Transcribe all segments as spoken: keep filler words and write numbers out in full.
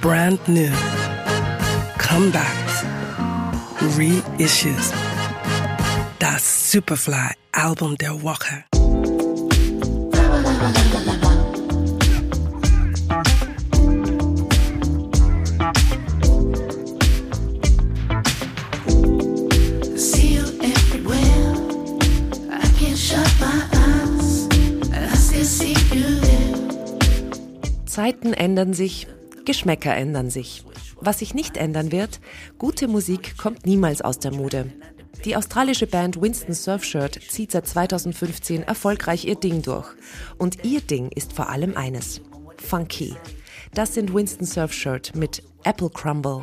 brand new, comebacks, reissues. Das Superfly-Album der Woche. Zeiten ändern sich, Geschmäcker ändern sich. Was sich nicht ändern wird, gute Musik kommt niemals aus der Mode. Die australische Band Winston Surfshirt zieht seit zweitausendfünfzehn erfolgreich ihr Ding durch. Und ihr Ding ist vor allem eines: funky. Das sind Winston Surfshirt mit Apple Crumble.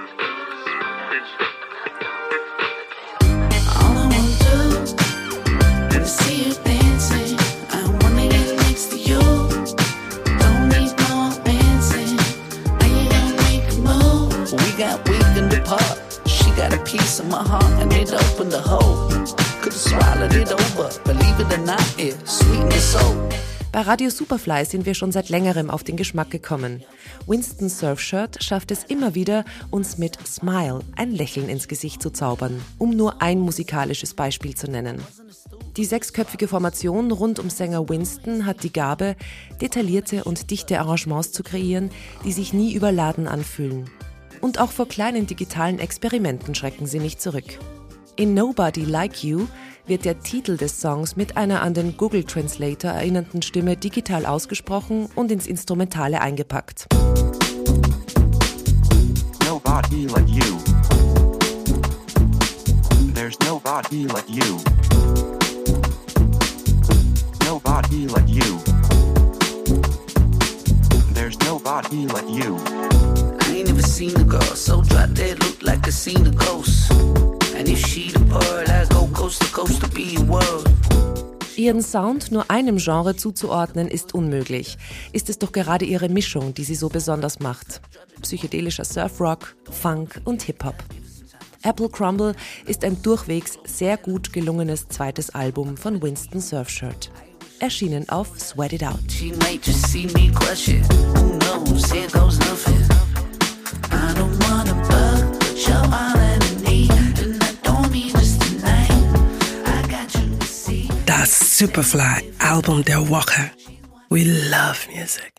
She got a piece of my heart and it opened the hole. Could've swallowed it over, believe it or not, it's sweet and soul. Bei Radio Superfly sind wir schon seit längerem auf den Geschmack gekommen. Winston Surfshirt schafft es immer wieder, uns mit Smile ein Lächeln ins Gesicht zu zaubern, um nur ein musikalisches Beispiel zu nennen. Die sechsköpfige Formation rund um Sänger Winston hat die Gabe, detaillierte und dichte Arrangements zu kreieren, die sich nie überladen anfühlen. Und auch vor kleinen digitalen Experimenten schrecken sie nicht zurück. In Nobody Like You wird der Titel des Songs mit einer an den Google Translator erinnernden Stimme digital ausgesprochen und ins Instrumentale eingepackt. Nobody like you. There's nobody like you. Nobody like you. There's nobody like you. I ain't never seen a girl so drop dead, look like I seen a ghost. And if she the pearl, I go coast to coast to be a world. Ihren Sound nur einem Genre zuzuordnen ist unmöglich. Ist es doch gerade ihre Mischung, die sie so besonders macht. Psychedelischer Surfrock, Funk und Hip-Hop. Apple Crumble ist ein durchwegs sehr gut gelungenes zweites Album von Winston Surfshirt. Erschienen auf Sweat It Out. She might just see me crush it. Who knows? Here goes nothing. I don't wanna bug, but you're all I need. And I don't mean just tonight. I got you to see. Das Superfly-Album der Woche. We love music.